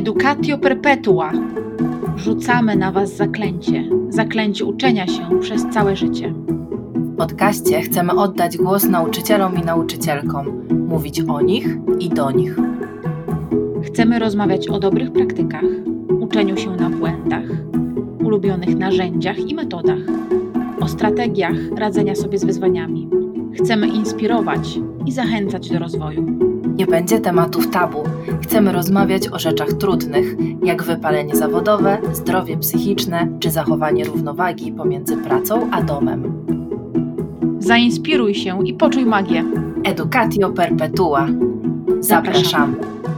Educatio perpetua. Rzucamy na Was zaklęcie uczenia się przez całe życie. W podcaście chcemy oddać głos nauczycielom i nauczycielkom, mówić o nich i do nich. Chcemy rozmawiać o dobrych praktykach, uczeniu się na błędach, ulubionych narzędziach i metodach, o strategiach radzenia sobie z wyzwaniami. Chcemy inspirować i zachęcać do rozwoju. Nie będzie tematów tabu. Chcemy rozmawiać o rzeczach trudnych, jak wypalenie zawodowe, zdrowie psychiczne czy zachowanie równowagi pomiędzy pracą a domem. Zainspiruj się i poczuj magię. Educatio perpetua. Zapraszamy.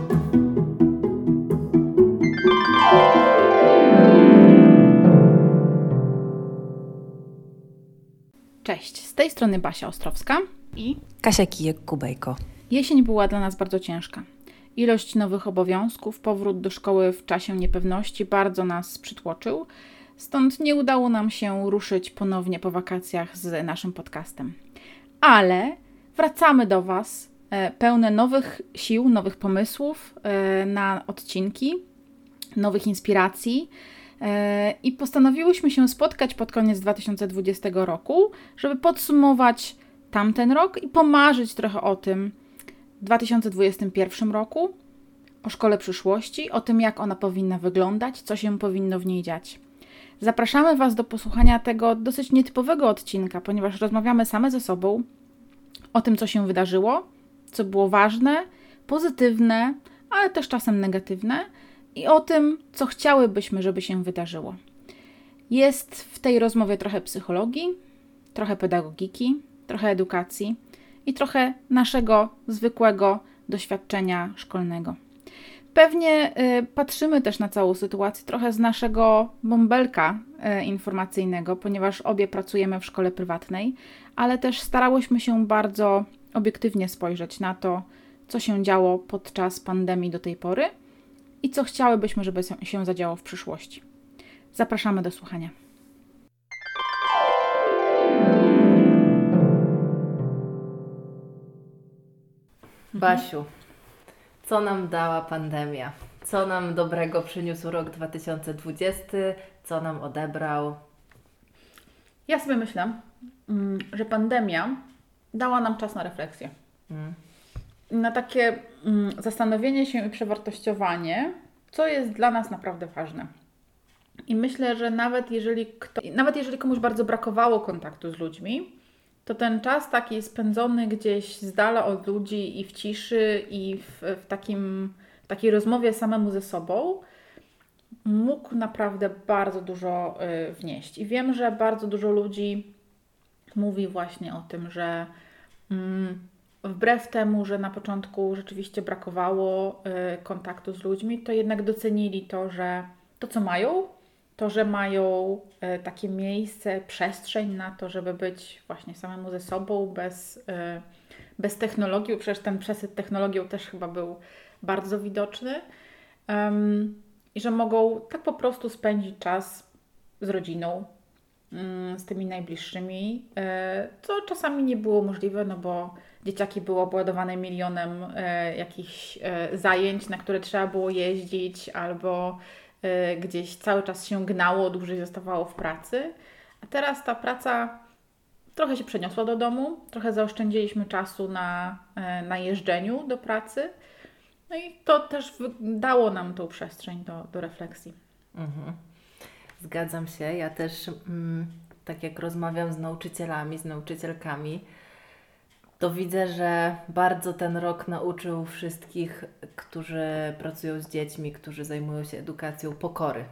Cześć, z tej strony Basia Ostrowska i Kasia Kijek-Kubejko. Jesień była dla nas bardzo ciężka. Ilość nowych obowiązków, powrót do szkoły w czasie niepewności bardzo nas przytłoczył, stąd nie udało nam się ruszyć ponownie po wakacjach z naszym podcastem. Ale wracamy do Was pełne nowych sił, nowych pomysłów na odcinki, nowych inspiracji i postanowiłyśmy się spotkać pod koniec 2020 roku, żeby podsumować tamten rok i pomarzyć trochę o tym, w 2021 roku, o szkole przyszłości, o tym, jak ona powinna wyglądać, co się powinno w niej dziać. Zapraszamy Was do posłuchania tego dosyć nietypowego odcinka, ponieważ rozmawiamy same ze sobą o tym, co się wydarzyło, co było ważne, pozytywne, ale też czasem negatywne i o tym, co chciałybyśmy, żeby się wydarzyło. Jest w tej rozmowie trochę psychologii, trochę pedagogiki, trochę edukacji i trochę naszego zwykłego doświadczenia szkolnego. Pewnie patrzymy też na całą sytuację trochę z naszego bąbelka informacyjnego, ponieważ obie pracujemy w szkole prywatnej, ale też starałyśmy się bardzo obiektywnie spojrzeć na to, co się działo podczas pandemii do tej pory i co chciałybyśmy, żeby się zadziało w przyszłości. Zapraszamy do słuchania. Basiu, co nam dała pandemia? Co nam dobrego przyniósł rok 2020? Co nam odebrał? Ja sobie myślę, że pandemia dała nam czas na refleksję. Na takie zastanowienie się i przewartościowanie, co jest dla nas naprawdę ważne. I myślę, że nawet jeżeli komuś bardzo brakowało kontaktu z ludźmi, to ten czas taki spędzony gdzieś z dala od ludzi i w ciszy i w takiej rozmowie samemu ze sobą mógł naprawdę bardzo dużo wnieść. I wiem, że bardzo dużo ludzi mówi właśnie o tym, że wbrew temu, że na początku rzeczywiście brakowało kontaktu z ludźmi, to jednak docenili to, że to, co mają, to, że mają takie miejsce, przestrzeń na to, żeby być właśnie samemu ze sobą, bez technologii, przecież ten przesyt technologią też chyba był bardzo widoczny i że mogą tak po prostu spędzić czas z rodziną, z tymi najbliższymi, co czasami nie było możliwe, no bo dzieciaki były obładowane milionem jakichś zajęć, na które trzeba było jeździć, albo gdzieś cały czas się gnało, dłużej zostawało w pracy. A teraz ta praca trochę się przeniosła do domu, trochę zaoszczędziliśmy czasu na jeżdżeniu do pracy. No i to też dało nam tą przestrzeń do refleksji. Zgadzam się. Ja też, tak jak rozmawiam z nauczycielami, z nauczycielkami, to widzę, że bardzo ten rok nauczył wszystkich, którzy pracują z dziećmi, którzy zajmują się edukacją, pokory.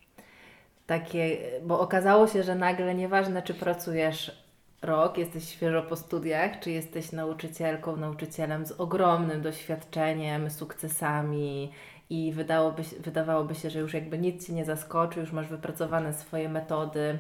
Bo okazało się, że nagle nieważne, czy pracujesz rok, jesteś świeżo po studiach, czy jesteś nauczycielką, nauczycielem z ogromnym doświadczeniem, sukcesami i wydawałoby się, że już jakby nic Cię nie zaskoczy, już masz wypracowane swoje metody.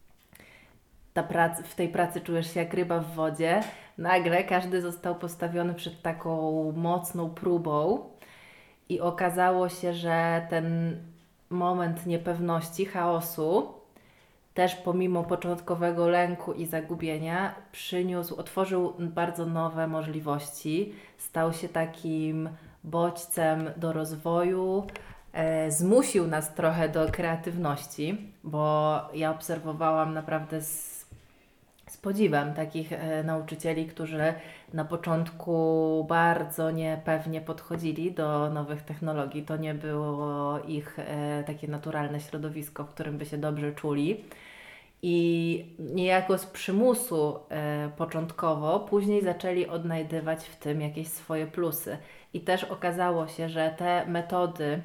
W tej pracy czujesz się jak ryba w wodzie. Nagle każdy został postawiony przed taką mocną próbą i okazało się, że ten moment niepewności, chaosu, też pomimo początkowego lęku i zagubienia, otworzył bardzo nowe możliwości. Stał się takim bodźcem do rozwoju, zmusił nas trochę do kreatywności, bo ja obserwowałam naprawdę z podziwem takich nauczycieli, którzy na początku bardzo niepewnie podchodzili do nowych technologii. To nie było ich takie naturalne środowisko, w którym by się dobrze czuli. I niejako z przymusu początkowo, później zaczęli odnajdywać w tym jakieś swoje plusy. I też okazało się, że te metody,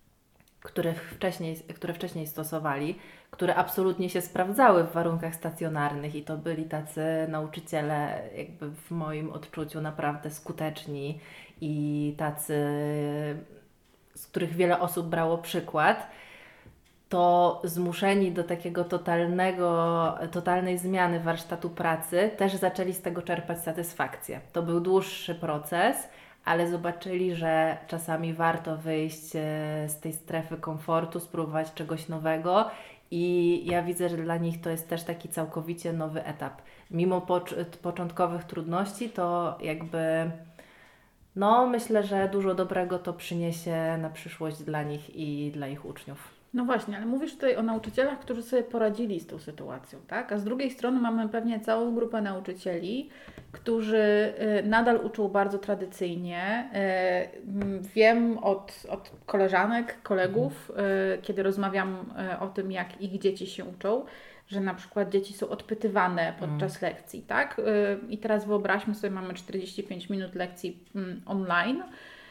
które wcześniej stosowali, które absolutnie się sprawdzały w warunkach stacjonarnych i to byli tacy nauczyciele jakby w moim odczuciu naprawdę skuteczni i tacy, z których wiele osób brało przykład, to zmuszeni do takiego totalnej zmiany warsztatu pracy też zaczęli z tego czerpać satysfakcję. To był dłuższy proces, ale zobaczyli, że czasami warto wyjść z tej strefy komfortu, spróbować czegoś nowego i ja widzę, że dla nich to jest też taki całkowicie nowy etap. Mimo początkowych trudności, to jakby myślę, że dużo dobrego to przyniesie na przyszłość dla nich i dla ich uczniów. No właśnie, ale mówisz tutaj o nauczycielach, którzy sobie poradzili z tą sytuacją, tak? A z drugiej strony mamy pewnie całą grupę nauczycieli, którzy nadal uczą bardzo tradycyjnie. Wiem od koleżanek, kolegów, kiedy rozmawiam o tym, jak ich dzieci się uczą, że na przykład dzieci są odpytywane podczas lekcji, tak? I teraz wyobraźmy sobie, mamy 45 minut lekcji online.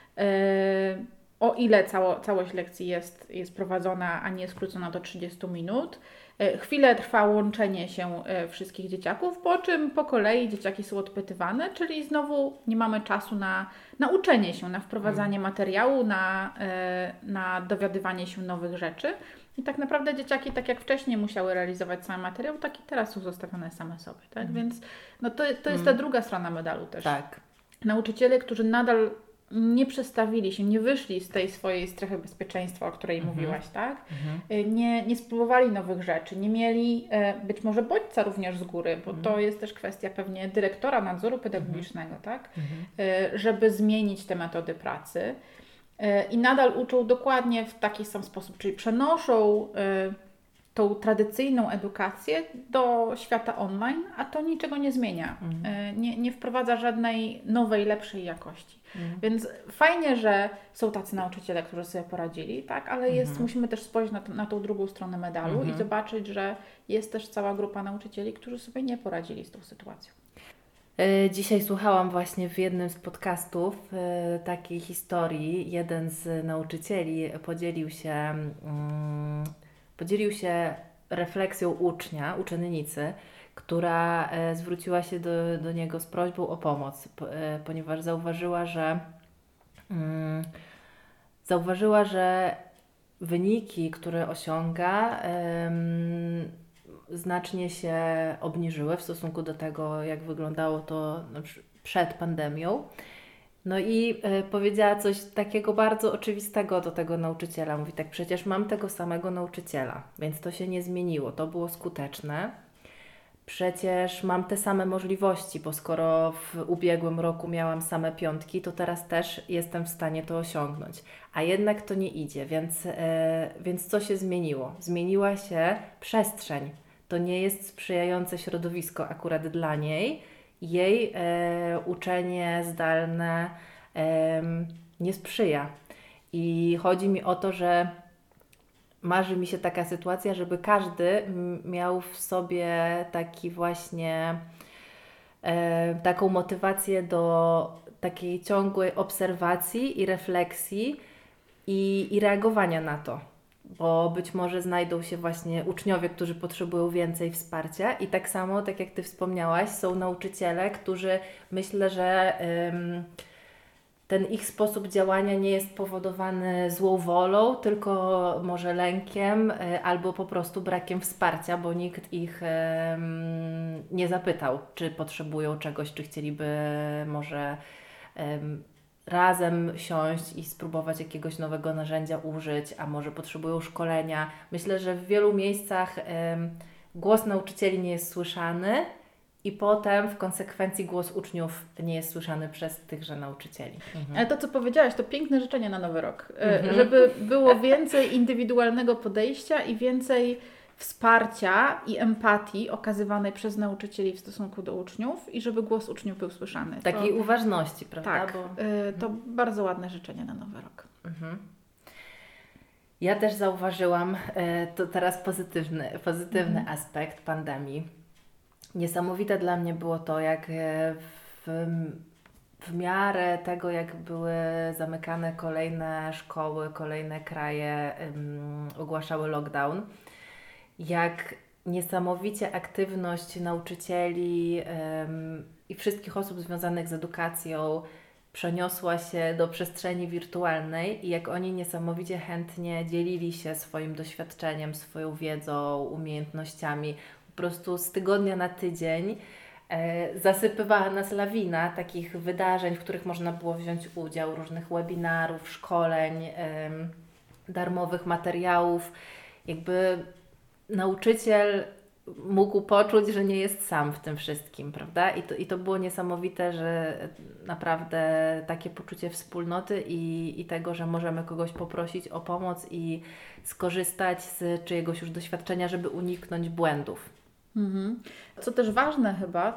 O ile całość lekcji jest prowadzona, a nie skrócona do 30 minut. Chwilę trwa łączenie się wszystkich dzieciaków, po czym po kolei dzieciaki są odpytywane, czyli znowu nie mamy czasu na uczenie się, na wprowadzanie materiału, na dowiadywanie się nowych rzeczy. I tak naprawdę dzieciaki, tak jak wcześniej musiały realizować cały materiał, tak i teraz są zostawione same sobie. Tak? Więc to jest ta druga strona medalu też. Tak. Nauczyciele, którzy nadal nie przestawili się, nie wyszli z tej swojej strefy bezpieczeństwa, o której mówiłaś, tak? Nie spróbowali nowych rzeczy, nie mieli być może bodźca również z góry, bo to jest też kwestia pewnie dyrektora nadzoru pedagogicznego, tak? Żeby zmienić te metody pracy. I nadal uczą dokładnie w taki sam sposób, czyli przenoszą tą tradycyjną edukację do świata online, a to niczego nie zmienia. Nie wprowadza żadnej nowej, lepszej jakości. Więc fajnie, że są tacy nauczyciele, którzy sobie poradzili, tak? Ale musimy też spojrzeć na tą drugą stronę medalu i zobaczyć, że jest też cała grupa nauczycieli, którzy sobie nie poradzili z tą sytuacją. Dzisiaj słuchałam właśnie w jednym z podcastów takiej historii. Jeden z nauczycieli podzielił się refleksją uczennicy, która zwróciła się do niego z prośbą o pomoc, ponieważ zauważyła, że wyniki, które osiąga, znacznie się obniżyły w stosunku do tego, jak wyglądało to przed pandemią. No i powiedziała coś takiego bardzo oczywistego do tego nauczyciela. Mówi tak, przecież mam tego samego nauczyciela, więc to się nie zmieniło, to było skuteczne. Przecież mam te same możliwości, bo skoro w ubiegłym roku miałam same 5, to teraz też jestem w stanie to osiągnąć. A jednak to nie idzie, więc co się zmieniło? Zmieniła się przestrzeń. To nie jest sprzyjające środowisko akurat dla niej. Jej uczenie zdalne nie sprzyja. I chodzi mi o to, że marzy mi się taka sytuacja, żeby każdy miał w sobie taki właśnie taką motywację do takiej ciągłej obserwacji i refleksji i reagowania na to. Bo być może znajdą się właśnie uczniowie, którzy potrzebują więcej wsparcia i tak samo, tak jak Ty wspomniałaś, są nauczyciele, którzy myślę, że ten ich sposób działania nie jest powodowany złą wolą, tylko może lękiem albo po prostu brakiem wsparcia, bo nikt ich nie zapytał, czy potrzebują czegoś, czy chcieliby może razem siąść i spróbować jakiegoś nowego narzędzia użyć, a może potrzebują szkolenia. Myślę, że w wielu miejscach głos nauczycieli nie jest słyszany i potem w konsekwencji głos uczniów nie jest słyszany przez tychże nauczycieli. Ale to, co powiedziałaś, to piękne życzenie na Nowy Rok. Żeby było więcej indywidualnego podejścia i więcej wsparcia i empatii okazywanej przez nauczycieli w stosunku do uczniów i żeby głos uczniów był słyszany. Takiej uważności, prawda? Tak, to bardzo ładne życzenie na Nowy Rok. Ja też zauważyłam, to teraz pozytywny aspekt pandemii. Niesamowite dla mnie było to, jak w miarę tego, jak były zamykane kolejne szkoły, kolejne kraje ogłaszały lockdown, jak niesamowicie aktywność nauczycieli i wszystkich osób związanych z edukacją przeniosła się do przestrzeni wirtualnej i jak oni niesamowicie chętnie dzielili się swoim doświadczeniem, swoją wiedzą, umiejętnościami. Po prostu z tygodnia na tydzień zasypywała nas lawina takich wydarzeń, w których można było wziąć udział, różnych webinarów, szkoleń, darmowych materiałów. Jakby nauczyciel mógł poczuć, że nie jest sam w tym wszystkim, prawda? I to było niesamowite, że naprawdę takie poczucie wspólnoty i tego, że możemy kogoś poprosić o pomoc i skorzystać z czyjegoś już doświadczenia, żeby uniknąć błędów. Co też ważne chyba,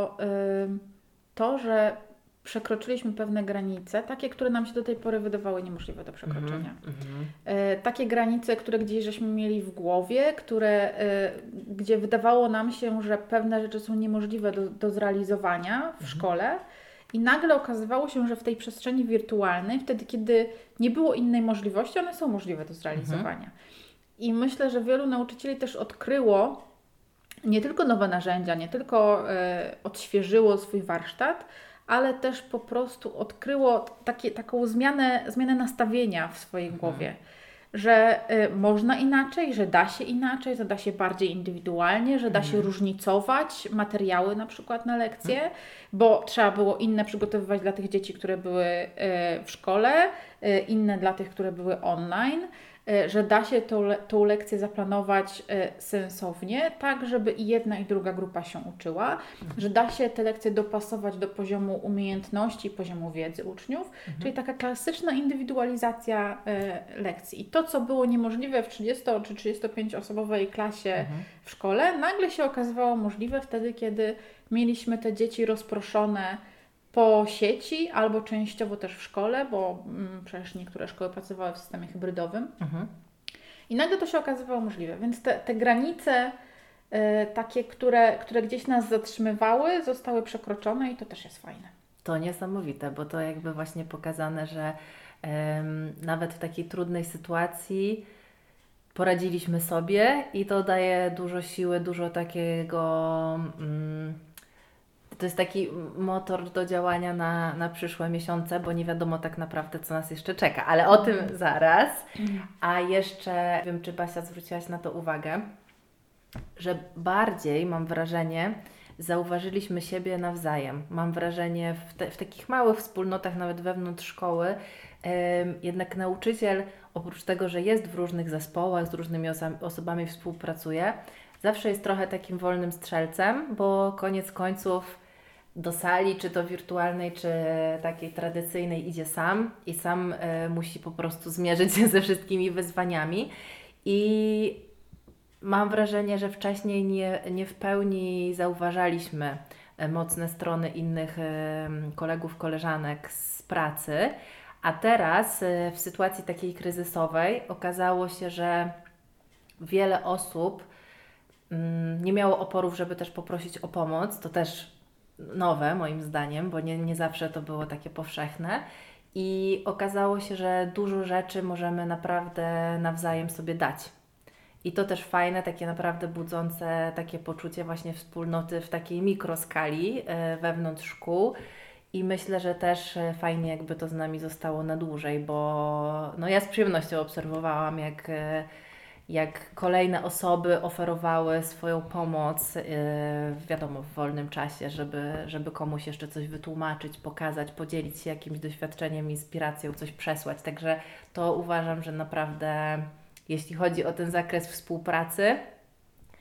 to, że przekroczyliśmy pewne granice, takie, które nam się do tej pory wydawały niemożliwe do przekroczenia. Takie granice, które gdzieś żeśmy mieli w głowie, gdzie wydawało nam się, że pewne rzeczy są niemożliwe do zrealizowania w szkole i nagle okazywało się, że w tej przestrzeni wirtualnej, wtedy kiedy nie było innej możliwości, one są możliwe do zrealizowania. I myślę, że wielu nauczycieli też odkryło nie tylko nowe narzędzia, nie tylko odświeżyło swój warsztat, ale też po prostu odkryło taką zmianę nastawienia w swojej głowie, że można inaczej, że da się inaczej, że da się bardziej indywidualnie, że da się różnicować materiały na przykład na lekcje, bo trzeba było inne przygotowywać dla tych dzieci, które były w szkole, inne dla tych, które były online, że da się tą lekcję zaplanować sensownie, tak żeby i jedna i druga grupa się uczyła, że da się te lekcje dopasować do poziomu umiejętności, poziomu wiedzy uczniów, czyli taka klasyczna indywidualizacja lekcji. I to, co było niemożliwe w 30 czy 35-osobowej klasie w szkole, nagle się okazywało możliwe wtedy, kiedy mieliśmy te dzieci rozproszone po sieci albo częściowo też w szkole, bo przecież niektóre szkoły pracowały w systemie hybrydowym. I nagle to się okazywało możliwe. Więc te granice takie, które gdzieś nas zatrzymywały, zostały przekroczone i to też jest fajne. To niesamowite, bo to jakby właśnie pokazane, że nawet w takiej trudnej sytuacji poradziliśmy sobie i to daje dużo siły, dużo takiego... To jest taki motor do działania na przyszłe miesiące, bo nie wiadomo tak naprawdę, co nas jeszcze czeka, ale o tym zaraz. A jeszcze, nie wiem, czy Basia zwróciłaś na to uwagę, że bardziej, mam wrażenie, zauważyliśmy siebie nawzajem. Mam wrażenie, w takich małych wspólnotach, nawet wewnątrz szkoły, jednak nauczyciel, oprócz tego, że jest w różnych zespołach, z różnymi osobami współpracuje, zawsze jest trochę takim wolnym strzelcem, bo koniec końców do sali, czy to wirtualnej, czy takiej tradycyjnej idzie sam i sam musi po prostu zmierzyć się ze wszystkimi wyzwaniami. I mam wrażenie, że wcześniej nie w pełni zauważaliśmy mocne strony innych kolegów, koleżanek z pracy, a teraz w sytuacji takiej kryzysowej okazało się, że wiele osób nie miało oporów, żeby też poprosić o pomoc. To też nowe moim zdaniem, bo nie zawsze to było takie powszechne. I okazało się, że dużo rzeczy możemy naprawdę nawzajem sobie dać. I to też fajne, takie naprawdę budzące takie poczucie właśnie wspólnoty w takiej mikroskali wewnątrz szkół. I myślę, że też fajnie jakby to z nami zostało na dłużej, bo no ja z przyjemnością obserwowałam, jak kolejne osoby oferowały swoją pomoc, wiadomo, w wolnym czasie, żeby komuś jeszcze coś wytłumaczyć, pokazać, podzielić się jakimś doświadczeniem, inspiracją, coś przesłać. Także to uważam, że naprawdę, jeśli chodzi o ten zakres współpracy,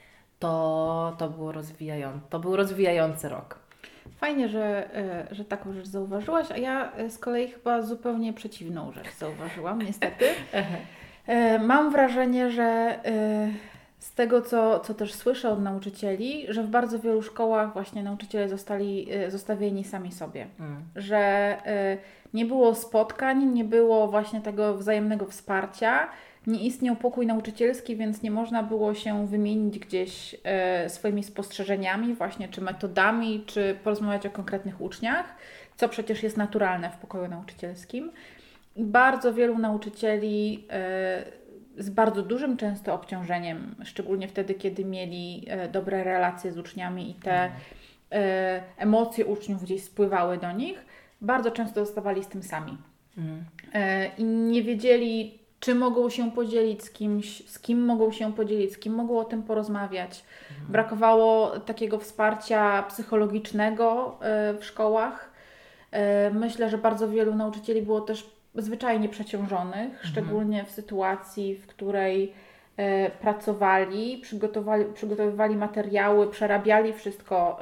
to był rozwijający rok. Fajnie, że taką rzecz zauważyłaś, a ja z kolei chyba zupełnie przeciwną rzecz zauważyłam, niestety. Mam wrażenie, że z tego, co też słyszę od nauczycieli, że w bardzo wielu szkołach właśnie nauczyciele zostali zostawieni sami sobie. Że nie było spotkań, nie było właśnie tego wzajemnego wsparcia, nie istniał pokój nauczycielski, więc nie można było się wymienić gdzieś swoimi spostrzeżeniami właśnie, czy metodami, czy porozmawiać o konkretnych uczniach, co przecież jest naturalne w pokoju nauczycielskim. I bardzo wielu nauczycieli z bardzo dużym często obciążeniem, szczególnie wtedy, kiedy mieli dobre relacje z uczniami i te emocje uczniów gdzieś spływały do nich, bardzo często zostawali z tym sami. I nie wiedzieli, czy mogą się podzielić z kimś, z kim mogą się podzielić, z kim mogą o tym porozmawiać. Brakowało takiego wsparcia psychologicznego w szkołach. Myślę, że bardzo wielu nauczycieli było też zwyczajnie przeciążonych, szczególnie w sytuacji, w której pracowali, przygotowywali materiały, przerabiali wszystko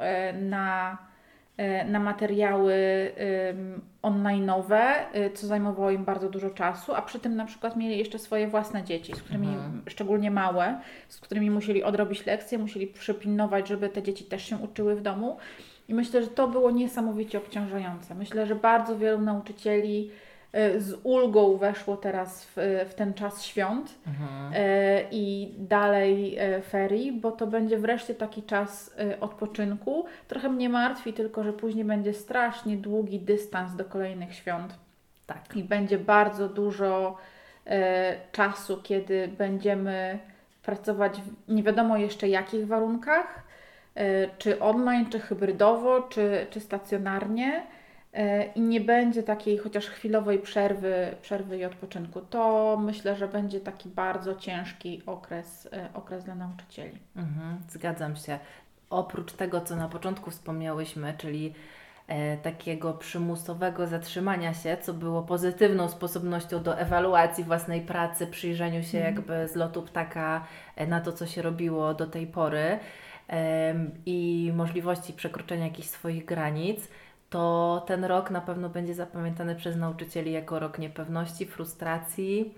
na materiały online'owe, co zajmowało im bardzo dużo czasu, a przy tym na przykład mieli jeszcze swoje własne dzieci, z którymi, szczególnie małe, z którymi musieli odrobić lekcje, musieli przypilnować, żeby te dzieci też się uczyły w domu. I myślę, że to było niesamowicie obciążające. Myślę, że bardzo wielu nauczycieli z ulgą weszło teraz w ten czas świąt i dalej ferii, bo to będzie wreszcie taki czas odpoczynku. Trochę mnie martwi tylko, że później będzie strasznie długi dystans do kolejnych świąt. Tak. I będzie bardzo dużo czasu, kiedy będziemy pracować w nie wiadomo jeszcze jakich warunkach, czy online, czy hybrydowo, czy stacjonarnie. I nie będzie takiej chociaż chwilowej przerwy i odpoczynku. To myślę, że będzie taki bardzo ciężki okres dla nauczycieli. Zgadzam się. Oprócz tego, co na początku wspomniałyśmy, czyli takiego przymusowego zatrzymania się, co było pozytywną sposobnością do ewaluacji własnej pracy, przyjrzeniu się jakby z lotu ptaka na to, co się robiło do tej pory i możliwości przekroczenia jakichś swoich granic, to ten rok na pewno będzie zapamiętany przez nauczycieli jako rok niepewności, frustracji,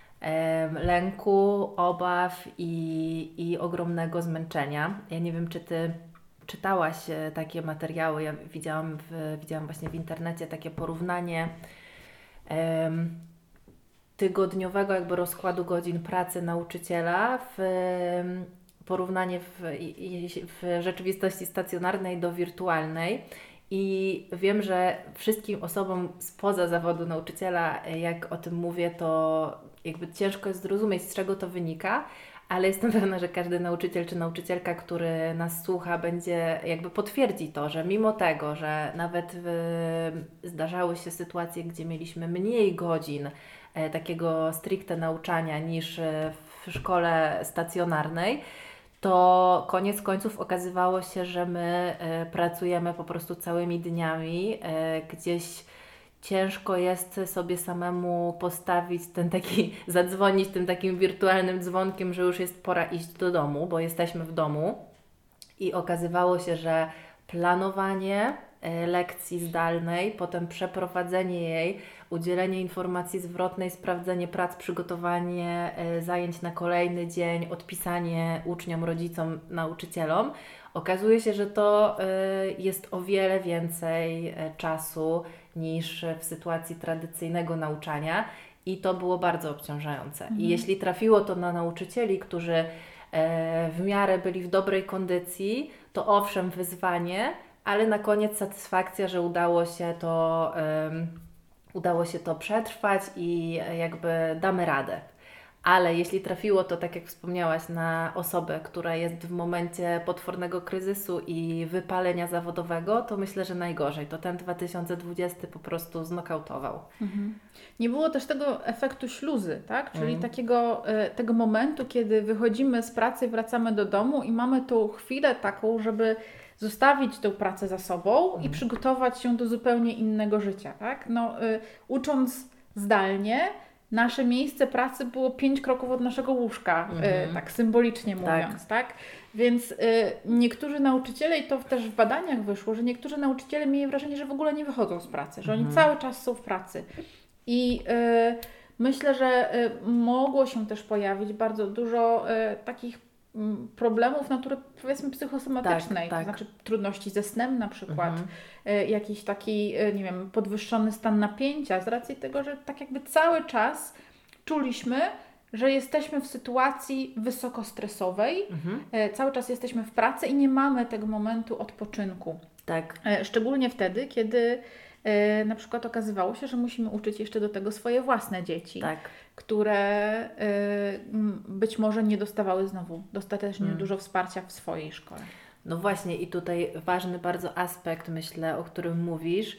lęku, obaw i ogromnego zmęczenia. Ja nie wiem, czy Ty czytałaś takie materiały. Ja widziałam właśnie w internecie takie porównanie tygodniowego jakby rozkładu godzin pracy nauczyciela porównanie w rzeczywistości stacjonarnej do wirtualnej. I wiem, że wszystkim osobom spoza zawodu nauczyciela, jak o tym mówię, to jakby ciężko jest zrozumieć, z czego to wynika, ale jestem pewna, że każdy nauczyciel czy nauczycielka, który nas słucha, będzie jakby potwierdzi to, że mimo tego, że nawet zdarzały się sytuacje, gdzie mieliśmy mniej godzin takiego stricte nauczania niż w szkole stacjonarnej, to koniec końców okazywało się, że my pracujemy po prostu całymi dniami, gdzieś ciężko jest sobie samemu postawić zadzwonić tym takim wirtualnym dzwonkiem, że już jest pora iść do domu, bo jesteśmy w domu i okazywało się, że planowanie lekcji zdalnej, potem przeprowadzenie jej, udzielenie informacji zwrotnej, sprawdzenie prac, przygotowanie zajęć na kolejny dzień, odpisanie uczniom, rodzicom, nauczycielom. Okazuje się, że to jest o wiele więcej czasu niż w sytuacji tradycyjnego nauczania i to było bardzo obciążające. I jeśli trafiło to na nauczycieli, którzy w miarę byli w dobrej kondycji, to owszem wyzwanie, ale na koniec satysfakcja, że udało się to przetrwać i jakby damy radę. Ale jeśli trafiło to, tak jak wspomniałaś, na osobę, która jest w momencie potwornego kryzysu i wypalenia zawodowego, to myślę, że najgorzej. To ten 2020 po prostu znokautował. Nie było też tego efektu śluzy, tak? Czyli tego momentu, kiedy wychodzimy z pracy, wracamy do domu i mamy tą chwilę taką, żeby zostawić tę pracę za sobą i przygotować się do zupełnie innego życia, tak? Ucząc zdalnie, nasze miejsce pracy było 5 kroków od naszego łóżka, tak symbolicznie mówiąc, tak? Więc niektórzy nauczyciele, i to też w badaniach wyszło, że niektórzy nauczyciele mieli wrażenie, że w ogóle nie wychodzą z pracy, że oni cały czas są w pracy. I myślę, że mogło się też pojawić bardzo dużo takich problemów natury, powiedzmy, psychosomatycznej, to znaczy trudności ze snem na przykład, jakiś taki, nie wiem, podwyższony stan napięcia z racji tego, że tak jakby cały czas czuliśmy, że jesteśmy w sytuacji wysokostresowej, cały czas jesteśmy w pracy i nie mamy tego momentu odpoczynku. Tak. Szczególnie wtedy, kiedy na przykład okazywało się, że musimy uczyć jeszcze do tego swoje własne dzieci, które być może nie dostawały znowu dostatecznie dużo wsparcia w swojej szkole. No właśnie i tutaj ważny bardzo aspekt, myślę, o którym mówisz,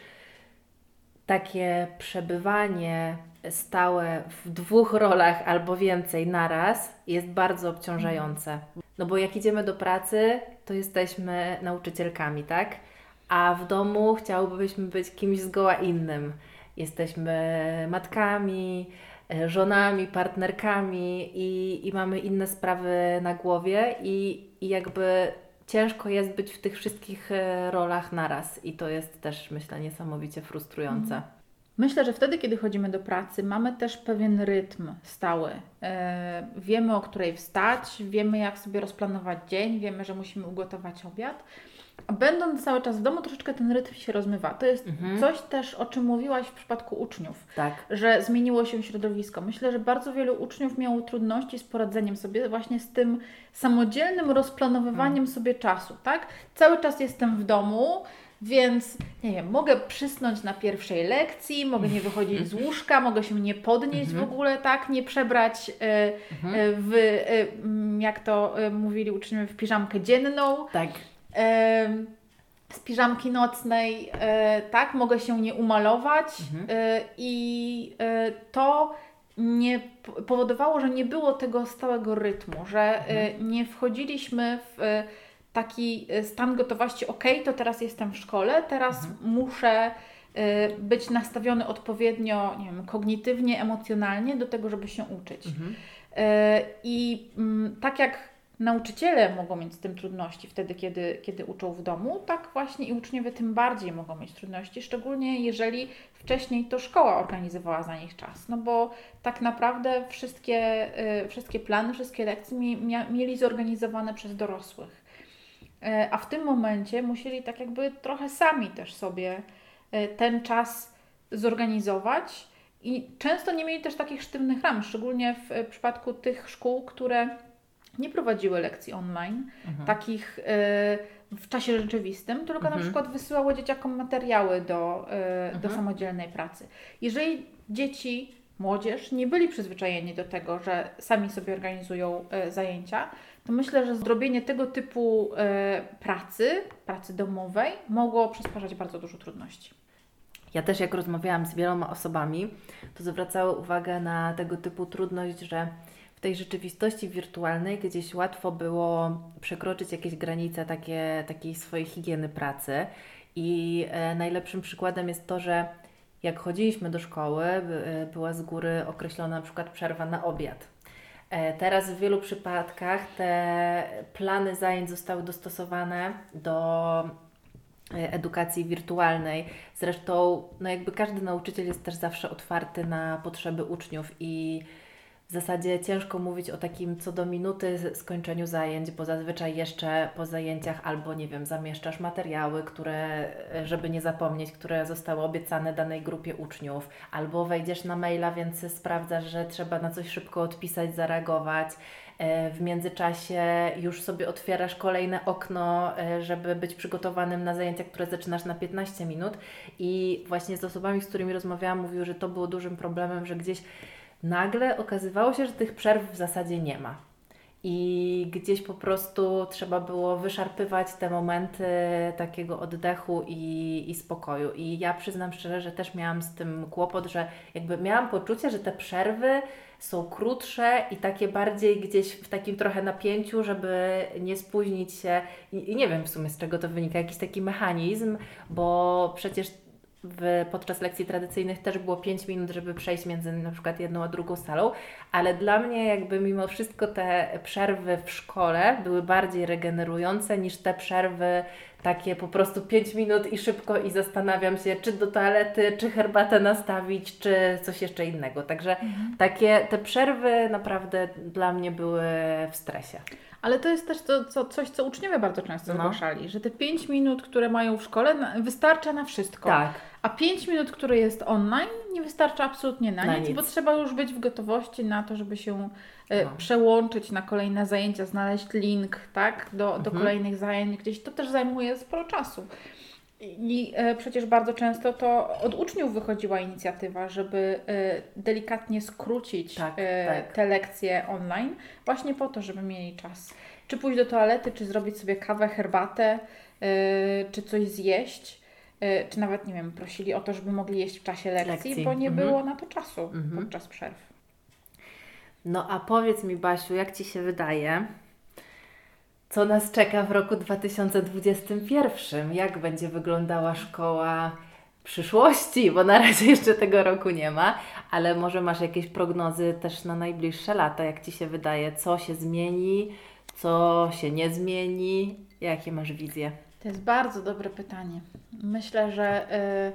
takie przebywanie stałe w 2 rolach albo więcej naraz jest bardzo obciążające. No bo jak idziemy do pracy, to jesteśmy nauczycielkami, tak? A w domu chciałybyśmy być kimś zgoła innym. Jesteśmy matkami, żonami, partnerkami i mamy inne sprawy na głowie i jakby ciężko jest być w tych wszystkich rolach naraz i to jest też, myślę, niesamowicie frustrujące. Myślę, że wtedy, kiedy chodzimy do pracy, mamy też pewien rytm stały. Wiemy, o której wstać, wiemy, jak sobie rozplanować dzień, wiemy, że musimy ugotować obiad. A będąc cały czas w domu, troszeczkę ten rytm się rozmywa. To jest coś też, o czym mówiłaś w przypadku uczniów, że zmieniło się środowisko. Myślę, że bardzo wielu uczniów miało trudności z poradzeniem sobie właśnie z tym samodzielnym rozplanowywaniem sobie czasu, tak? Cały czas jestem w domu, więc nie wiem, mogę przysnąć na pierwszej lekcji, mogę nie wychodzić z łóżka, mogę się nie podnieść w ogóle, tak? Nie przebrać jak to mówili uczniowie, w piżamkę dzienną. Tak. Z piżamki nocnej, tak, mogę się nie umalować i to nie powodowało, że nie było tego stałego rytmu, że nie wchodziliśmy w taki stan gotowości, to teraz jestem w szkole, teraz muszę być nastawiony odpowiednio, nie wiem, kognitywnie, emocjonalnie do tego, żeby się uczyć. I tak jak nauczyciele mogą mieć z tym trudności wtedy, kiedy uczą w domu, tak właśnie i uczniowie tym bardziej mogą mieć trudności, szczególnie jeżeli wcześniej to szkoła organizowała za nich czas, no bo tak naprawdę wszystkie plany, wszystkie lekcje mieli zorganizowane przez dorosłych, a w tym momencie musieli tak jakby trochę sami też sobie ten czas zorganizować i często nie mieli też takich sztywnych ram, szczególnie w przypadku tych szkół, które nie prowadziły lekcji online, takich w czasie rzeczywistym, tylko na przykład wysyłały dzieciakom materiały do samodzielnej pracy. Jeżeli dzieci, młodzież nie byli przyzwyczajeni do tego, że sami sobie organizują zajęcia, to myślę, że zrobienie tego typu pracy domowej mogło przysparzać bardzo dużo trudności. Ja też jak rozmawiałam z wieloma osobami, to zwracały uwagę na tego typu trudność, że w tej rzeczywistości wirtualnej gdzieś łatwo było przekroczyć jakieś granice takiej swojej higieny pracy i najlepszym przykładem jest to, że jak chodziliśmy do szkoły, była z góry określona na przykład przerwa na obiad. Teraz w wielu przypadkach te plany zajęć zostały dostosowane do edukacji wirtualnej. Zresztą no jakby każdy nauczyciel jest też zawsze otwarty na potrzeby uczniów i w zasadzie ciężko mówić o takim co do minuty skończeniu zajęć, bo zazwyczaj jeszcze po zajęciach albo, nie wiem, zamieszczasz materiały, żeby nie zapomnieć, które zostały obiecane danej grupie uczniów, albo wejdziesz na maila, więc sprawdzasz, że trzeba na coś szybko odpisać, zareagować. W międzyczasie już sobie otwierasz kolejne okno, żeby być przygotowanym na zajęcia, które zaczynasz na 15 minut i właśnie z osobami, z którymi rozmawiałam, mówiły, że to było dużym problemem, że gdzieś nagle okazywało się, że tych przerw w zasadzie nie ma. I gdzieś po prostu trzeba było wyszarpywać te momenty takiego oddechu i spokoju. I ja przyznam szczerze, że też miałam z tym kłopot, że jakby miałam poczucie, że te przerwy są krótsze i takie bardziej gdzieś w takim trochę napięciu, żeby nie spóźnić się. I nie wiem w sumie z czego to wynika, jakiś taki mechanizm, bo przecież podczas lekcji tradycyjnych też było 5 minut, żeby przejść między na przykład jedną a drugą salą, ale dla mnie jakby mimo wszystko te przerwy w szkole były bardziej regenerujące niż te przerwy takie po prostu 5 minut i szybko i zastanawiam się, czy do toalety, czy herbatę nastawić, czy coś jeszcze innego. Także te przerwy naprawdę dla mnie były w stresie. Ale to jest też coś, co uczniowie bardzo często zgłaszali, że te 5 minut, które mają w szkole, wystarcza na wszystko. Tak. A 5 minut, które jest online, nie wystarcza absolutnie na nic, bo trzeba już być w gotowości na to, żeby się przełączyć na kolejne zajęcia, znaleźć link, tak, do kolejnych zajęć gdzieś. To też zajmuje sporo czasu. I przecież bardzo często to od uczniów wychodziła inicjatywa, żeby delikatnie skrócić te lekcje online, właśnie po to, żeby mieli czas. Czy pójść do toalety, czy zrobić sobie kawę, herbatę, czy coś zjeść, czy nawet, nie wiem, prosili o to, żeby mogli jeść w czasie lekcji. Bo nie było na to czasu podczas przerw. No a powiedz mi, Basiu, jak Ci się wydaje, co nas czeka w roku 2021? Jak będzie wyglądała szkoła przyszłości? Bo na razie jeszcze tego roku nie ma, ale może masz jakieś prognozy też na najbliższe lata? Jak Ci się wydaje, co się zmieni, co się nie zmieni? Jakie masz wizje? To jest bardzo dobre pytanie. Myślę, że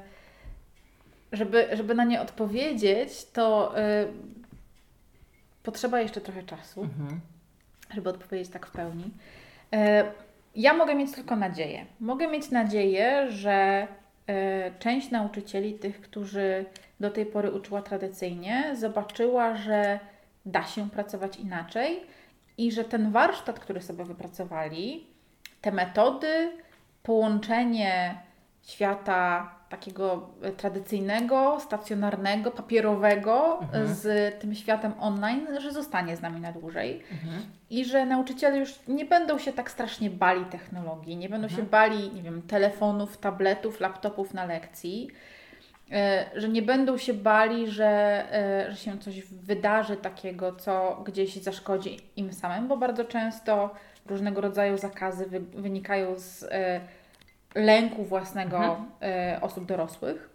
żeby na nie odpowiedzieć, to potrzeba jeszcze trochę czasu, żeby odpowiedzieć tak w pełni. Ja mogę mieć tylko nadzieję. Mogę mieć nadzieję, że część nauczycieli, tych, którzy do tej pory uczyła tradycyjnie, zobaczyła, że da się pracować inaczej i że ten warsztat, który sobie wypracowali, te metody, połączenie świata takiego tradycyjnego, stacjonarnego, papierowego z tym światem online, że zostanie z nami na dłużej i że nauczyciele już nie będą się tak strasznie bali technologii, nie będą się bali, nie wiem, telefonów, tabletów, laptopów na lekcji, że nie będą się bali, że się coś wydarzy takiego, co gdzieś zaszkodzi im samym, bo bardzo często różnego rodzaju zakazy wynikają z lęku własnego osób dorosłych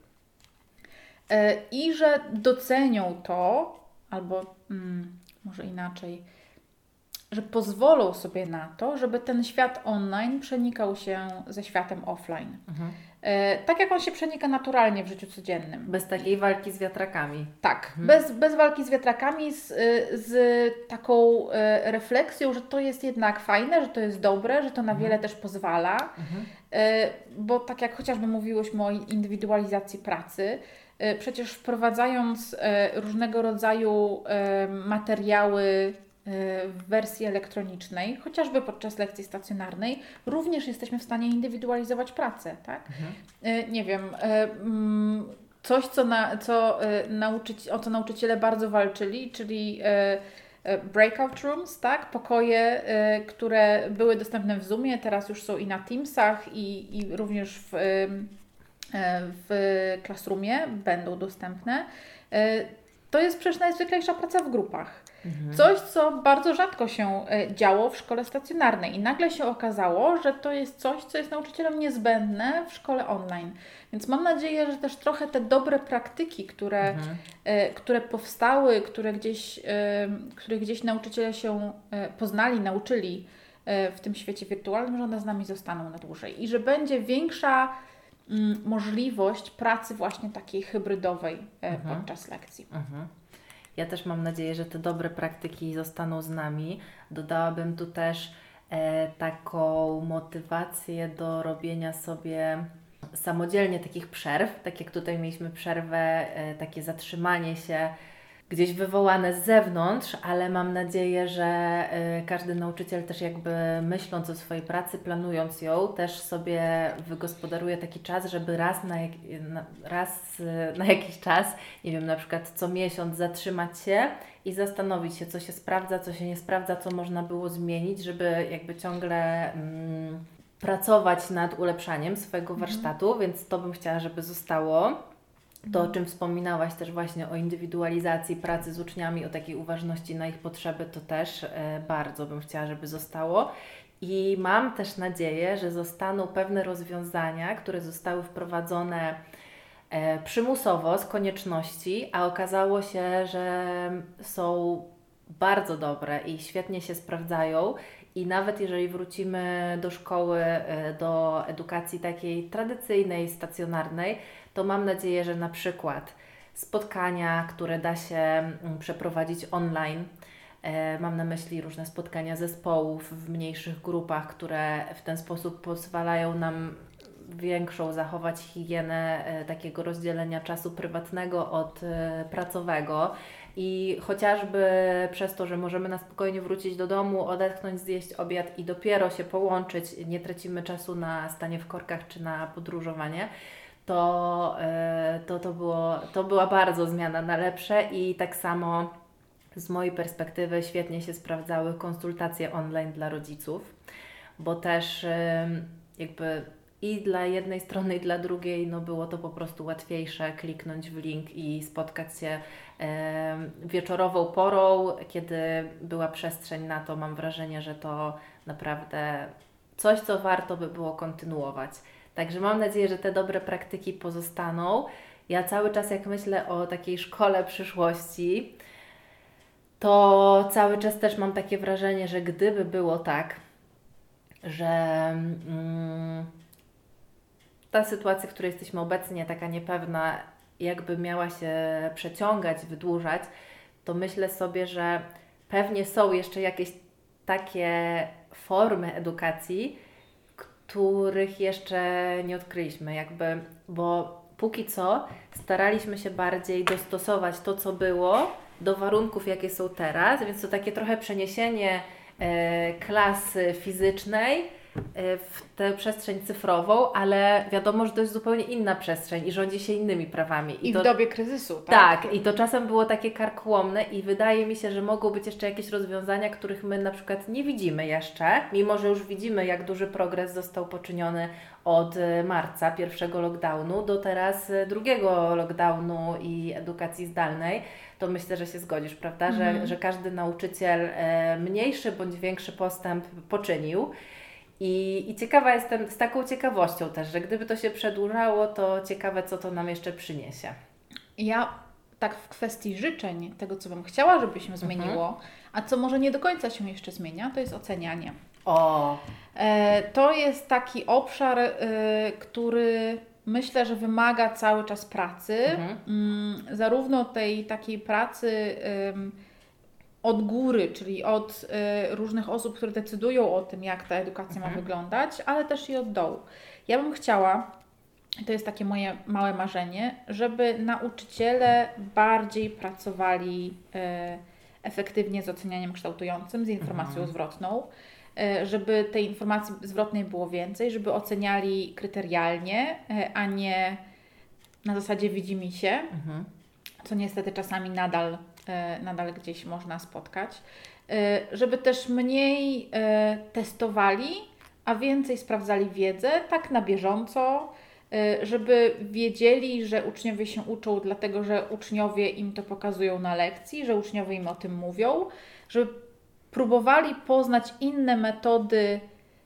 i że docenią to, albo może inaczej, że pozwolą sobie na to, żeby ten świat online przenikał się ze światem offline. Tak jak on się przenika naturalnie w życiu codziennym. Bez takiej walki z wiatrakami. Tak, bez walki z wiatrakami, z taką refleksją, że to jest jednak fajne, że to jest dobre, że to na wiele też pozwala. Bo tak jak chociażby mówiłyśmy o indywidualizacji pracy, przecież wprowadzając różnego rodzaju materiały w wersji elektronicznej, chociażby podczas lekcji stacjonarnej, również jesteśmy w stanie indywidualizować pracę, tak? Nie wiem, coś, o co nauczyciele bardzo walczyli, czyli breakout rooms, tak? Pokoje, które były dostępne w Zoomie, teraz już są i na Teamsach i również w Classroomie będą dostępne. To jest przecież najzwyklejsza praca w grupach. Coś, co bardzo rzadko się działo w szkole stacjonarnej i nagle się okazało, że to jest coś, co jest nauczycielom niezbędne w szkole online. Więc mam nadzieję, że też trochę te dobre praktyki, które powstały, których gdzieś nauczyciele się poznali, nauczyli w tym świecie wirtualnym, że one z nami zostaną na dłużej i że będzie większa możliwość pracy właśnie takiej hybrydowej podczas lekcji. Ja też mam nadzieję, że te dobre praktyki zostaną z nami. Dodałabym tu też taką motywację do robienia sobie samodzielnie takich przerw, tak jak tutaj mieliśmy przerwę, takie zatrzymanie się gdzieś wywołane z zewnątrz, ale mam nadzieję, że każdy nauczyciel też jakby myśląc o swojej pracy, planując ją, też sobie wygospodaruje taki czas, żeby raz na jakiś czas, nie wiem, na przykład co miesiąc zatrzymać się i zastanowić się, co się sprawdza, co się nie sprawdza, co można było zmienić, żeby jakby ciągle pracować nad ulepszaniem swojego warsztatu, więc to bym chciała, żeby zostało. To, o czym wspominałaś też właśnie o indywidualizacji pracy z uczniami, o takiej uważności na ich potrzeby, to też bardzo bym chciała, żeby zostało. I mam też nadzieję, że zostaną pewne rozwiązania, które zostały wprowadzone przymusowo, z konieczności, a okazało się, że są bardzo dobre i świetnie się sprawdzają. I nawet jeżeli wrócimy do szkoły, do edukacji takiej tradycyjnej, stacjonarnej, to mam nadzieję, że na przykład spotkania, które da się przeprowadzić online, mam na myśli różne spotkania zespołów w mniejszych grupach, które w ten sposób pozwalają nam większą zachować higienę takiego rozdzielenia czasu prywatnego od pracowego. I chociażby przez to, że możemy na spokojnie wrócić do domu, odetchnąć, zjeść obiad i dopiero się połączyć, nie tracimy czasu na stanie w korkach czy na podróżowanie, to była bardzo zmiana na lepsze i tak samo z mojej perspektywy świetnie się sprawdzały konsultacje online dla rodziców, bo też jakby i dla jednej strony, i dla drugiej było to po prostu łatwiejsze kliknąć w link i spotkać się wieczorową porą, kiedy była przestrzeń na to. Mam wrażenie, że to naprawdę coś, co warto by było kontynuować. Także mam nadzieję, że te dobre praktyki pozostaną. Ja cały czas, jak myślę o takiej szkole przyszłości, to cały czas też mam takie wrażenie, że gdyby było tak, że ta sytuacja, w której jesteśmy obecnie, taka niepewna, jakby miała się przeciągać, wydłużać, to myślę sobie, że pewnie są jeszcze jakieś takie formy edukacji, których jeszcze nie odkryliśmy, bo póki co staraliśmy się bardziej dostosować to, co było, do warunków, jakie są teraz, więc to takie trochę przeniesienie klasy fizycznej w tę przestrzeń cyfrową, ale wiadomo, że to jest zupełnie inna przestrzeń i rządzi się innymi prawami. I w dobie kryzysu, tak? Tak, i to czasem było takie karkołomne i wydaje mi się, że mogą być jeszcze jakieś rozwiązania, których my na przykład nie widzimy jeszcze, mimo że już widzimy, jak duży progres został poczyniony od marca, pierwszego lockdownu, do teraz drugiego lockdownu i edukacji zdalnej. To myślę, że się zgodzisz, prawda? Że każdy nauczyciel mniejszy bądź większy postęp poczynił. I ciekawa jestem, z taką ciekawością też, że gdyby to się przedłużało, to ciekawe, co to nam jeszcze przyniesie. Ja tak w kwestii życzeń, tego co bym chciała, żeby się zmieniło, a co może nie do końca się jeszcze zmienia, to jest ocenianie. To jest taki obszar, który myślę, że wymaga cały czas pracy, zarówno tej takiej pracy od góry, czyli od różnych osób, które decydują o tym, jak ta edukacja ma wyglądać, ale też i od dołu. Ja bym chciała, to jest takie moje małe marzenie, żeby nauczyciele bardziej pracowali efektywnie z ocenianiem kształtującym, z informacją zwrotną, żeby tej informacji zwrotnej było więcej, żeby oceniali kryterialnie, a nie na zasadzie widzimisię, co niestety czasami nadal gdzieś można spotkać, żeby też mniej testowali, a więcej sprawdzali wiedzę, tak na bieżąco, żeby wiedzieli, że uczniowie się uczą dlatego, że uczniowie im to pokazują na lekcji, że uczniowie im o tym mówią, żeby próbowali poznać inne metody.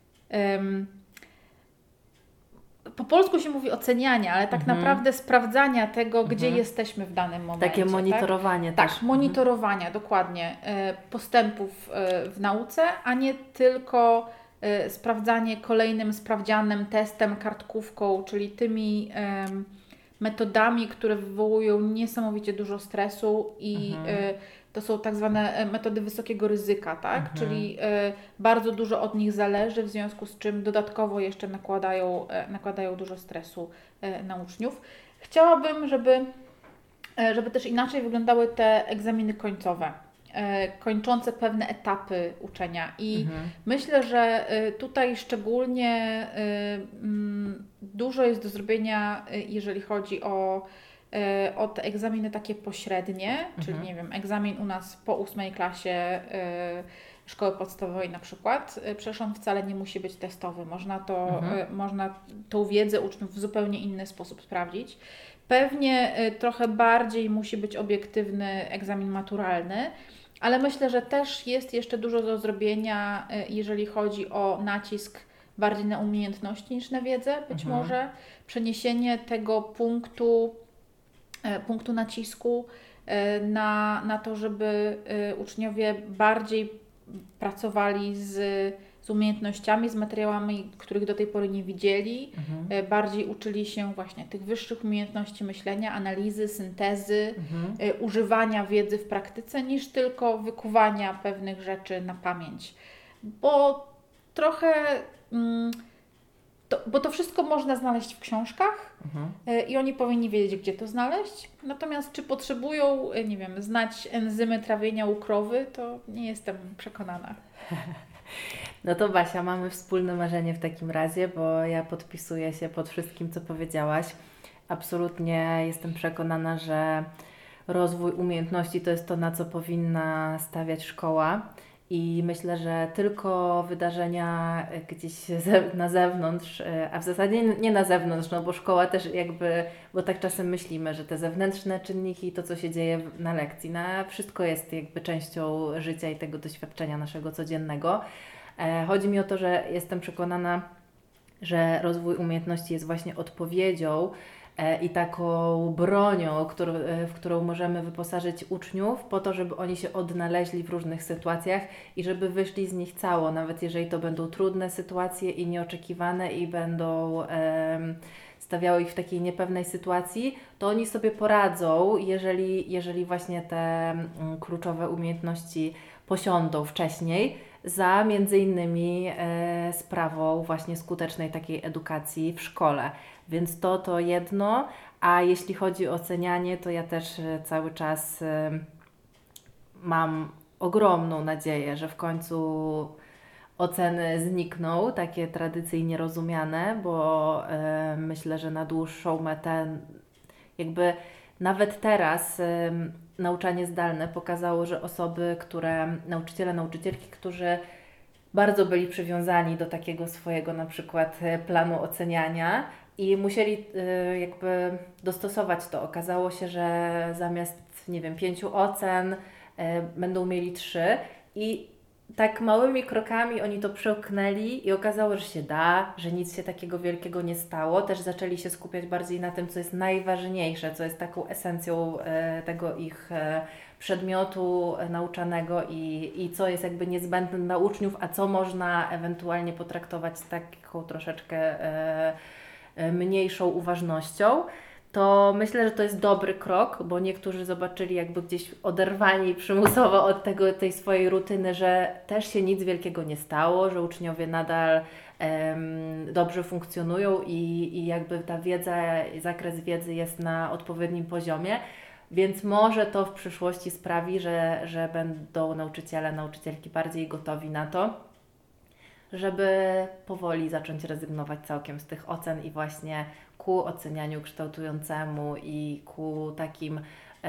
Po polsku się mówi oceniania, ale tak naprawdę sprawdzania tego, gdzie jesteśmy w danym momencie. Takie monitorowanie tak? też. Tak, monitorowania, dokładnie, postępów w nauce, a nie tylko sprawdzanie kolejnym sprawdzianem, testem, kartkówką, czyli tymi metodami, które wywołują niesamowicie dużo stresu i to są tak zwane metody wysokiego ryzyka, tak? Czyli bardzo dużo od nich zależy, w związku z czym dodatkowo jeszcze nakładają dużo stresu na uczniów. Chciałabym, żeby też inaczej wyglądały te egzaminy końcowe, kończące pewne etapy uczenia i myślę, że tutaj szczególnie dużo jest do zrobienia, jeżeli chodzi o te egzaminy takie pośrednie, czyli nie wiem, egzamin u nas po 8 klasie szkoły podstawowej na przykład, przecież on wcale nie musi być testowy. Można tą wiedzę uczniów w zupełnie inny sposób sprawdzić. Pewnie trochę bardziej musi być obiektywny egzamin maturalny, ale myślę, że też jest jeszcze dużo do zrobienia, jeżeli chodzi o nacisk bardziej na umiejętności niż na wiedzę, być może. Przeniesienie tego punktu nacisku na to, żeby uczniowie bardziej pracowali z umiejętnościami, z materiałami, których do tej pory nie widzieli, bardziej uczyli się właśnie tych wyższych umiejętności myślenia, analizy, syntezy, używania wiedzy w praktyce, niż tylko wykuwania pewnych rzeczy na pamięć. Bo trochę... Bo to wszystko można znaleźć w książkach i oni powinni wiedzieć, gdzie to znaleźć. Natomiast czy potrzebują, nie wiem, znać enzymy trawienia u krowy, to nie jestem przekonana. No to Basia, mamy wspólne marzenie w takim razie, bo ja podpisuję się pod wszystkim, co powiedziałaś. Absolutnie jestem przekonana, że rozwój umiejętności to jest to, na co powinna stawiać szkoła. I myślę, że tylko wydarzenia gdzieś na zewnątrz, a w zasadzie nie na zewnątrz, no bo szkoła też jakby, bo tak czasem myślimy, że te zewnętrzne czynniki, to co się dzieje na lekcji, wszystko jest jakby częścią życia i tego doświadczenia naszego codziennego. Chodzi mi o to, że jestem przekonana, że rozwój umiejętności jest właśnie odpowiedzią i taką bronią, w którą możemy wyposażyć uczniów po to, żeby oni się odnaleźli w różnych sytuacjach i żeby wyszli z nich cało, nawet jeżeli to będą trudne sytuacje i nieoczekiwane i będą stawiały ich w takiej niepewnej sytuacji, to oni sobie poradzą, jeżeli właśnie te kluczowe umiejętności posiądą wcześniej, za między innymi sprawą właśnie skutecznej takiej edukacji w szkole. Więc to jedno, a jeśli chodzi o ocenianie, to ja też cały czas mam ogromną nadzieję, że w końcu oceny znikną, takie tradycyjnie rozumiane, bo myślę, że na dłuższą metę jakby nawet teraz nauczanie zdalne pokazało, że nauczyciele, nauczycielki, którzy bardzo byli przywiązani do takiego swojego na przykład planu oceniania i musieli jakby dostosować to. Okazało się, że zamiast, 5 ocen będą mieli 3 i tak małymi krokami oni to przełknęli i okazało, że się da, że nic się takiego wielkiego nie stało. Też zaczęli się skupiać bardziej na tym, co jest najważniejsze, co jest taką esencją tego ich przedmiotu nauczanego i co jest jakby niezbędne dla uczniów, a co można ewentualnie potraktować z taką troszeczkę mniejszą uważnością. To myślę, że to jest dobry krok, bo niektórzy zobaczyli jakby gdzieś oderwani przymusowo od tej swojej rutyny, że też się nic wielkiego nie stało, że uczniowie nadal dobrze funkcjonują i jakby ta wiedza, zakres wiedzy jest na odpowiednim poziomie, więc może to w przyszłości sprawi, że będą nauczyciele, nauczycielki bardziej gotowi na to, żeby powoli zacząć rezygnować całkiem z tych ocen i właśnie ku ocenianiu kształtującemu i ku takim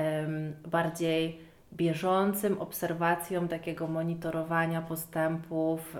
bardziej bieżącym obserwacjom, takiego monitorowania postępów,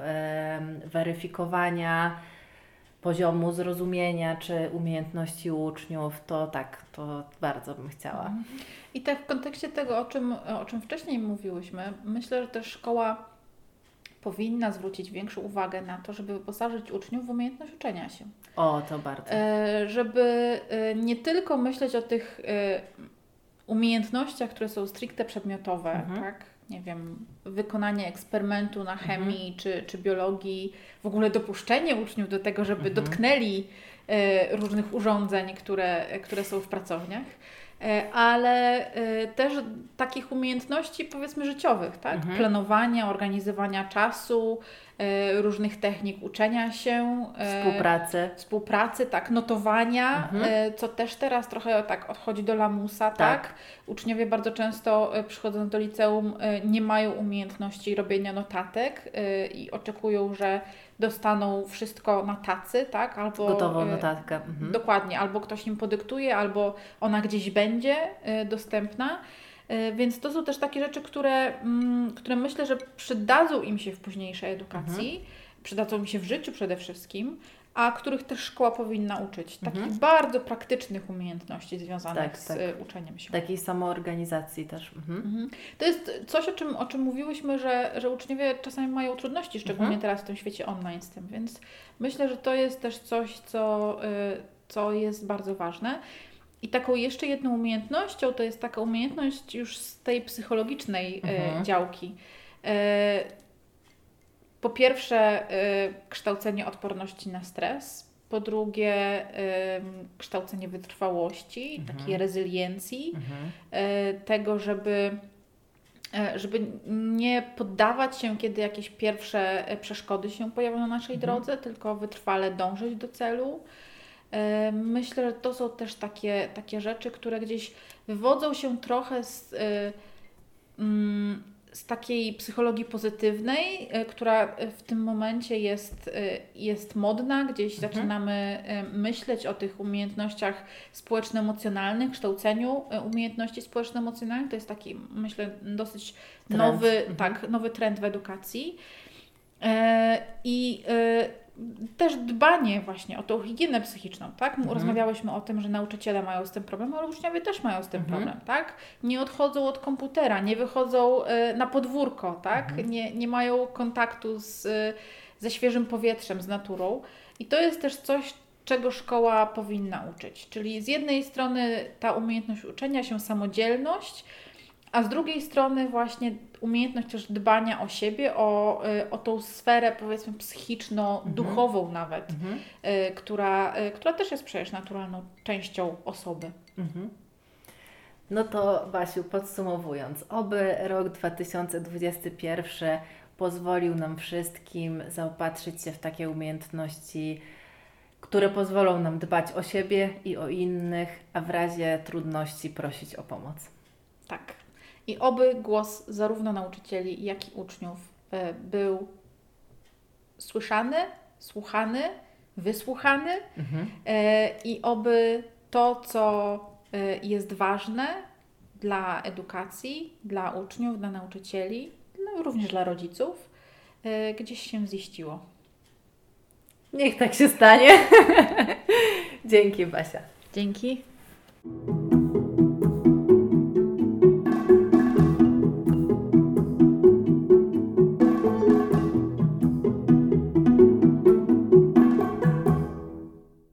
weryfikowania poziomu zrozumienia czy umiejętności uczniów, to tak, to bardzo bym chciała. I tak w kontekście tego, o czym wcześniej mówiłyśmy, myślę, że też szkoła powinna zwrócić większą uwagę na to, żeby wyposażyć uczniów w umiejętność uczenia się. O, to bardzo. Żeby nie tylko myśleć o tych umiejętnościach, które są stricte przedmiotowe, tak? Nie wiem, wykonanie eksperymentu na chemii czy biologii, w ogóle dopuszczenie uczniów do tego, żeby dotknęli różnych urządzeń, które są w pracowniach, ale też takich umiejętności, powiedzmy, życiowych, tak? Planowania, organizowania czasu, różnych technik uczenia się, współpracy, tak, notowania, co też teraz trochę tak odchodzi do lamusa, tak? Uczniowie bardzo często przychodząc do liceum nie mają umiejętności robienia notatek i oczekują, że dostaną wszystko na tacy, tak? Albo gotową notatkę. Dokładnie, albo ktoś im podyktuje, albo ona gdzieś będzie dostępna. Więc to są też takie rzeczy, które myślę, że przydadzą im się w późniejszej edukacji, przydadzą im się w życiu przede wszystkim, a których też szkoła powinna uczyć. Takich bardzo praktycznych umiejętności związanych z uczeniem się. Takiej samoorganizacji też. To jest coś, o czym mówiłyśmy, że uczniowie czasami mają trudności, szczególnie teraz w tym świecie online z tym, więc myślę, że to jest też coś, co jest bardzo ważne. I taką jeszcze jedną umiejętnością to jest taka umiejętność już z tej psychologicznej działki. Po pierwsze, kształcenie odporności na stres. Po drugie, kształcenie wytrwałości, takiej rezyliencji, tego, żeby nie poddawać się, kiedy jakieś pierwsze przeszkody się pojawią na naszej drodze, tylko wytrwale dążyć do celu. Myślę, że to są też takie rzeczy, które gdzieś wywodzą się trochę z takiej psychologii pozytywnej, która w tym momencie jest modna. Gdzieś zaczynamy myśleć o tych umiejętnościach społeczno-emocjonalnych, kształceniu umiejętności społeczno-emocjonalnych. To jest taki, myślę, dosyć nowy trend w edukacji. Też dbanie właśnie o tą higienę psychiczną, tak? Rozmawiałyśmy o tym, że nauczyciele mają z tym problem, ale uczniowie też mają z tym problem, tak? Nie odchodzą od komputera, nie wychodzą na podwórko, tak? Nie mają kontaktu ze świeżym powietrzem, z naturą. I to jest też coś, czego szkoła powinna uczyć. Czyli z jednej strony ta umiejętność uczenia się, samodzielność, a z drugiej strony właśnie umiejętność też dbania o siebie, o tą sferę, powiedzmy, psychiczno-duchową nawet, która też jest przecież naturalną częścią osoby. No to Basiu, podsumowując, oby rok 2021 pozwolił nam wszystkim zaopatrzyć się w takie umiejętności, które pozwolą nam dbać o siebie i o innych, a w razie trudności prosić o pomoc. Tak. I oby głos zarówno nauczycieli, jak i uczniów był słyszany, słuchany, wysłuchany i oby to, co jest ważne dla edukacji, dla uczniów, dla nauczycieli, również dla rodziców, gdzieś się ziściło. Niech tak się stanie. Dzięki, Basia. Dzięki.